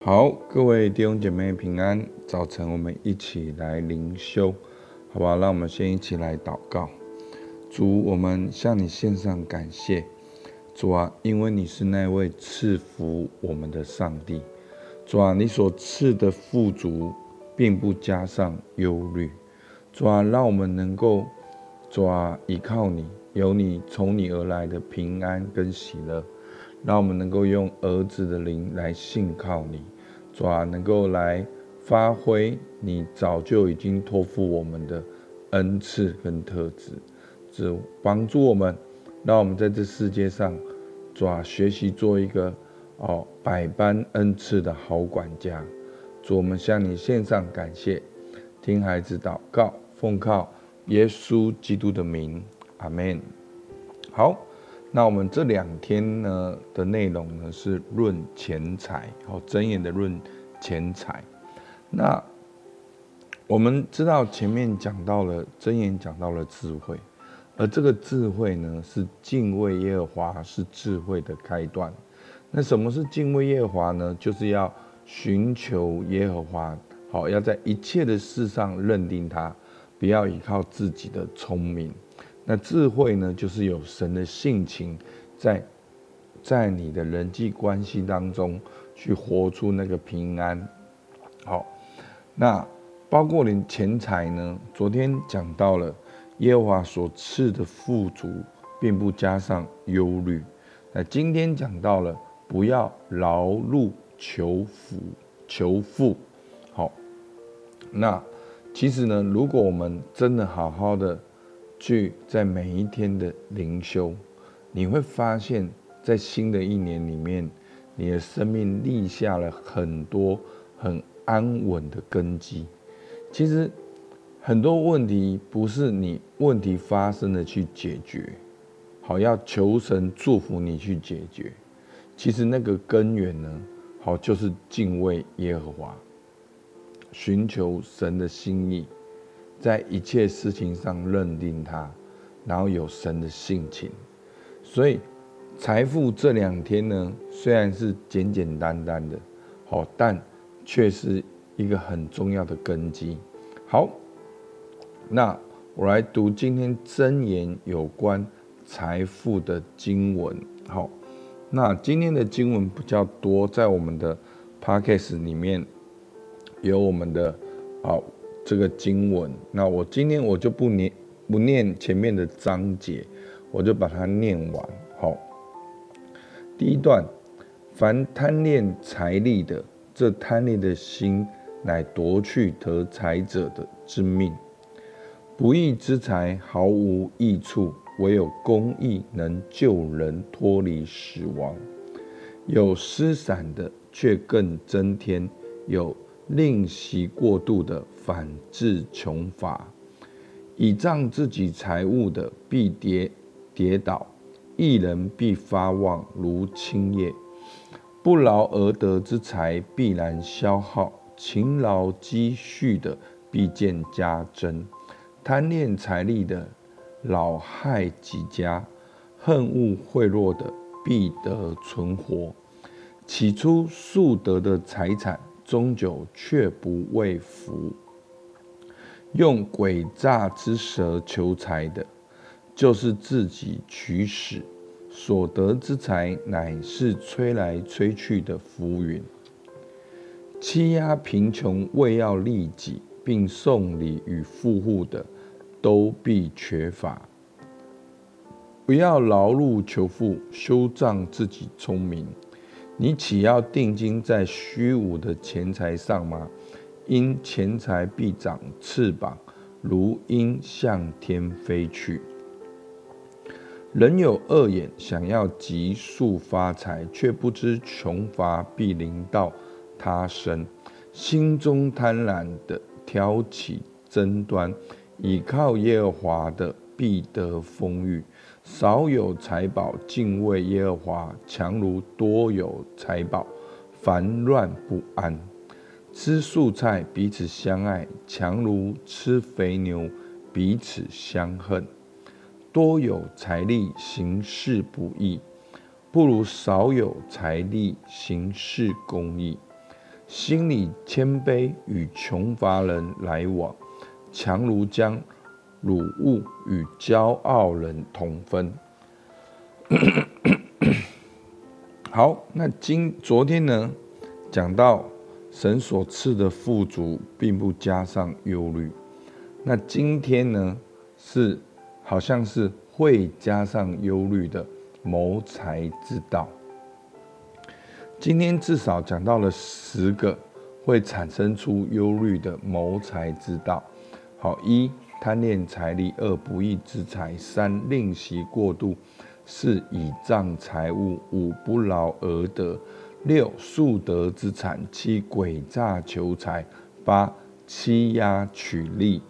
好，各位弟兄姐妹平安。早晨我们一起来灵修，好不好？让我们先一起来祷告。主，我们向你献上感谢。主啊，因为你是那位赐福我们的上帝。主啊，你所赐的富足，并不加上忧虑。主啊，让我们能够，主啊，依靠你，有你从你而来的平安跟喜乐。让我们能够用儿子的灵来信靠你，主啊，能够来发挥你早就已经托付我们的恩赐跟特质，主帮助我们，让我们在这世界上，主啊，学习做一个百般恩赐的好管家。主，我们向你献上感谢，听孩子祷告，奉靠耶稣基督的名，阿们。好。那我们这2天呢的内容呢是论钱财，箴言的论钱财。那我们知道前面讲到了箴言，讲到了智慧，而这个智慧呢是敬畏耶和华，是智慧的开端。那什么是敬畏耶和华呢？就是要寻求耶和华，要在一切的事上认定他，不要依靠自己的聪明。那智慧呢，就是有神的性情，在你的人际关系当中去活出那个平安。好，那包括你钱财呢，昨天讲到了耶和华所赐的富足，并不加上忧虑。那今天讲到了不要劳碌求富。好，那其实呢，如果我们真的好好的去在每一天的灵修，你会发现在新的一年里面，你的生命立下了很多很安稳的根基。其实很多问题不是你问题发生了去解决，要求神祝福你去解决。其实那个根源呢，就是敬畏耶和华，寻求神的心意，在一切事情上认定他，然后有神的性情。所以财富这2天呢，虽然是简简单单的，但却是一个很重要的根基。好，那我来读今天箴言有关财富的经文。好，那今天的经文比较多，在我们的 podcast 里面有我们的这个经文。那我今天我就不念前面的章节，我就把它念完。好，第一段，凡贪恋财力的，这贪恋的心乃夺去得财者的之命。不义之财毫无益处，唯有公义能救人脱离死亡。有施散的，却更增添；有吝惜过度的，反致穷乏。倚仗自己财物的，必跌倒；义人必发旺如青叶。不劳而得之财，必然消耗；勤劳积蓄的，必见加增。贪恋财力的，扰害己家；恨恶贿赂的，必得存活。起初素得的财产，终久却不为福。用诡诈之舌求财的，就是自己取死；所得之财，乃是吹来吹去的浮云。欺压贫穷，为要利己，并送礼与富户的，都必缺乏。不要劳碌求富，修仗自己聪明。你岂要定睛在虚无的钱财上吗？因钱财必长翅膀，如鹰向天飞去。人有恶眼，想要急速发财，却不知穷乏必临到他身。心中贪婪的，挑起争端；倚靠耶和华的，必得丰裕。少有财宝，敬畏耶和华，强如多有财宝，烦乱不安。吃素菜，彼此相爱，强如吃肥牛，彼此相恨。多有财力，行事不义，不如少有财力，行事公义。 心里谦卑，与穷乏人来往，强如将辱物与骄傲人同分。好，那昨天呢，讲到神所赐的富足，并不加上忧虑。那今天呢，好像是会加上忧虑的谋财之道。今天至少讲到了10个会产生出忧虑的谋财之道。好，1贪恋财力，2不义之财，3吝惜过度，4倚仗财物，5不劳而得，6速得之产，7诡诈求财，8欺压取利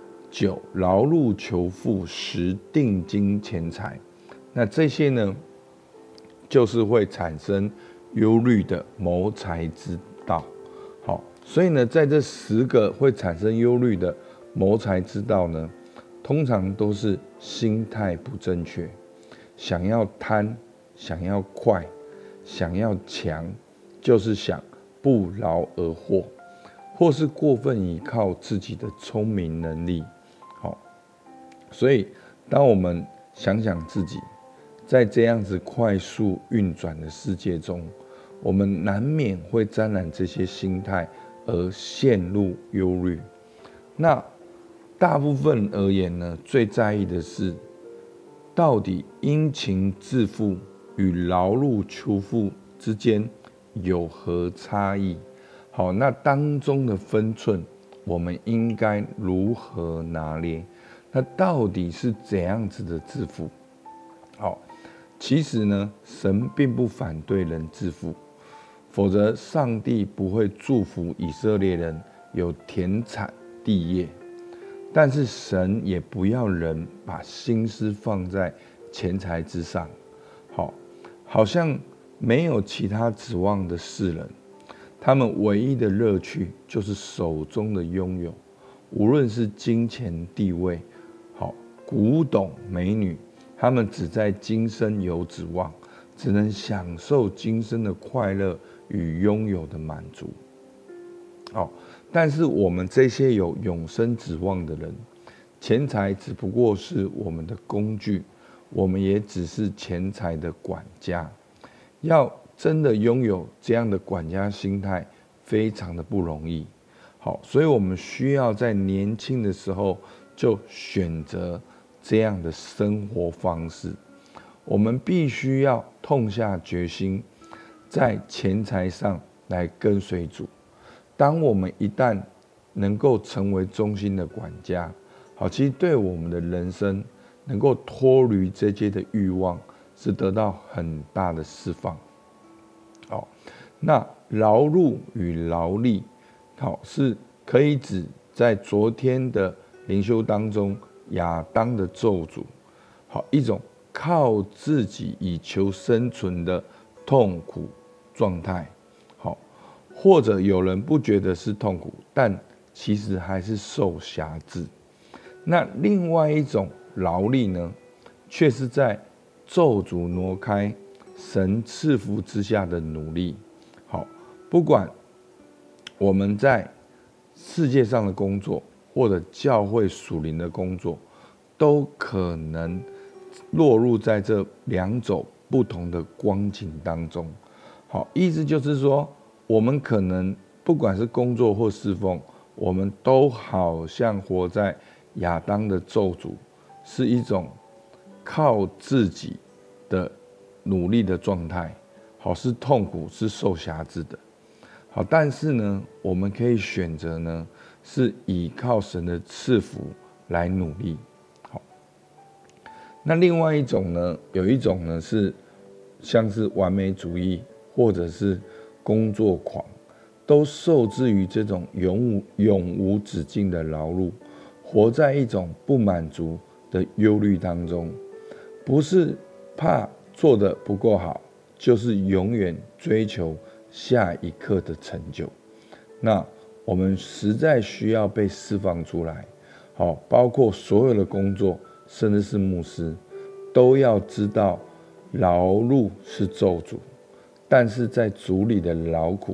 ，9劳碌求富，10定睛钱财。那这些呢，就是会产生忧虑的谋财之道。好，所以呢，在这10个会产生忧虑的谋财之道呢，通常都是心态不正确，想要贪，想要快，想要强，就是想不劳而获，或是过分依靠自己的聪明能力。好，所以当我们想想自己在这样子快速运转的世界中，我们难免会沾染这些心态而陷入忧虑。那大部分而言呢，最在意的是到底殷勤致富与劳碌求富之间有何差异？好，那当中的分寸，我们应该如何拿捏？那到底是怎样子的致富？好，其实呢，神并不反对人致富，否则上帝不会祝福以色列人有田产地业。但是神也不要人把心思放在钱财之上，好像没有其他指望的世人，他们唯一的乐趣就是手中的拥有，无论是金钱、地位，古董、美女，他们只在今生有指望，只能享受今生的快乐与拥有的满足。但是我们这些有永生指望的人，钱财只不过是我们的工具，我们也只是钱财的管家。要真的拥有这样的管家心态，非常的不容易。所以我们需要在年轻的时候就选择这样的生活方式。我们必须要痛下决心，在钱财上来跟随主。当我们一旦能够成为忠心的管家，其实对我们的人生能够脱离这些的欲望，是得到很大的释放。那劳碌与劳力，是可以指在昨天的灵修当中亚当的咒诅，一种靠自己以求生存的痛苦状态。或者有人不觉得是痛苦，但其实还是受辖制。那另外一种劳力呢，却是在咒诅挪开、神赐福之下的努力。不管我们在世界上的工作，或者教会属灵的工作，都可能落入在这2种不同的光景当中。意思就是说，我们可能不管是工作或侍奉，我们都好像活在亚当的咒诅，是一种靠自己的努力的状态，是痛苦，是受辖制的。但是呢，我们可以选择呢，是依靠神的赐福来努力。那另外一种呢，有一种呢是像是完美主义，或者是工作狂，都受制于这种永无止境的劳碌，活在一种不满足的忧虑当中，不是怕做得不够好，就是永远追求下一刻的成就。那我们实在需要被释放出来，包括所有的工作，甚至是牧师，都要知道劳碌是咒诅，但是在主里的劳苦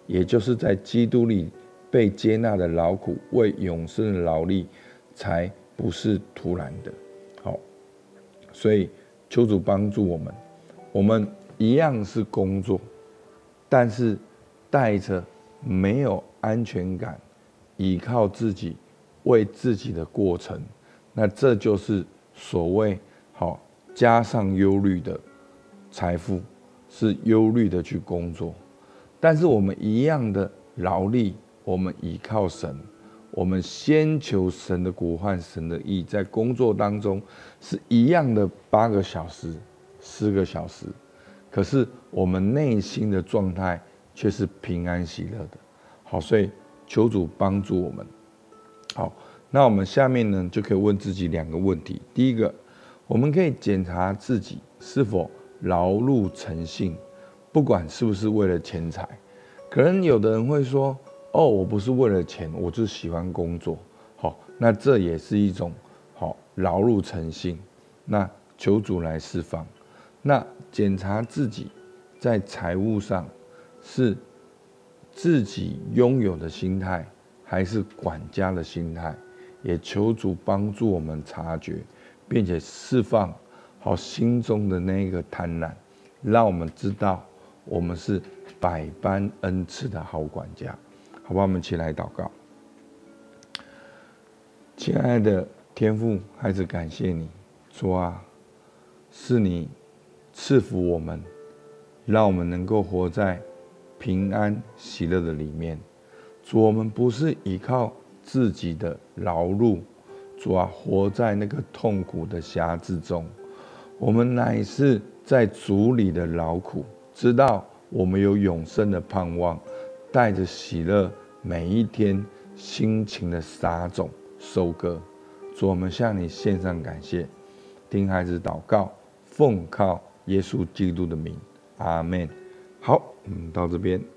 也就是在基督里被接纳的劳苦，为永生的劳力，才不是突然的。好，所以求主帮助我们，我们一样是工作，但是带着没有安全感，依靠自己，为自己的过程，那这就是所谓好加上忧虑的财富，是忧虑的去工作。但是我们一样的劳力，我们依靠神，我们先求神的国和神的义，在工作当中是一样的8个小时、10个小时，可是我们内心的状态却是平安喜乐的。好，所以求主帮助我们。好，那我们下面呢就可以问自己2个问题。第一个，我们可以检查自己是否劳碌成性，不管是不是为了钱财。可能有的人会说，我不是为了钱，我就是喜欢工作。好，那这也是一种好劳碌成性。那求主来释放。那检查自己在财务上是自己拥有的心态，还是管家的心态，也求主帮助我们察觉，并且释放好心中的那个贪婪，让我们知道我们是百般恩赐的好管家。好吧，我们一起来祷告。亲爱的天父，孩子感谢你，主啊，是你赐福我们，让我们能够活在平安喜乐的里面。主，我们不是依靠自己的劳碌，主啊，活在那个痛苦的辖制中，我们乃是在主里的劳苦，知道我们有永生的盼望，带着喜乐，每一天辛勤的撒种收割。主，我们向你献上感谢，听孩子祷告，奉靠耶稣基督的名，阿们。好，到这边。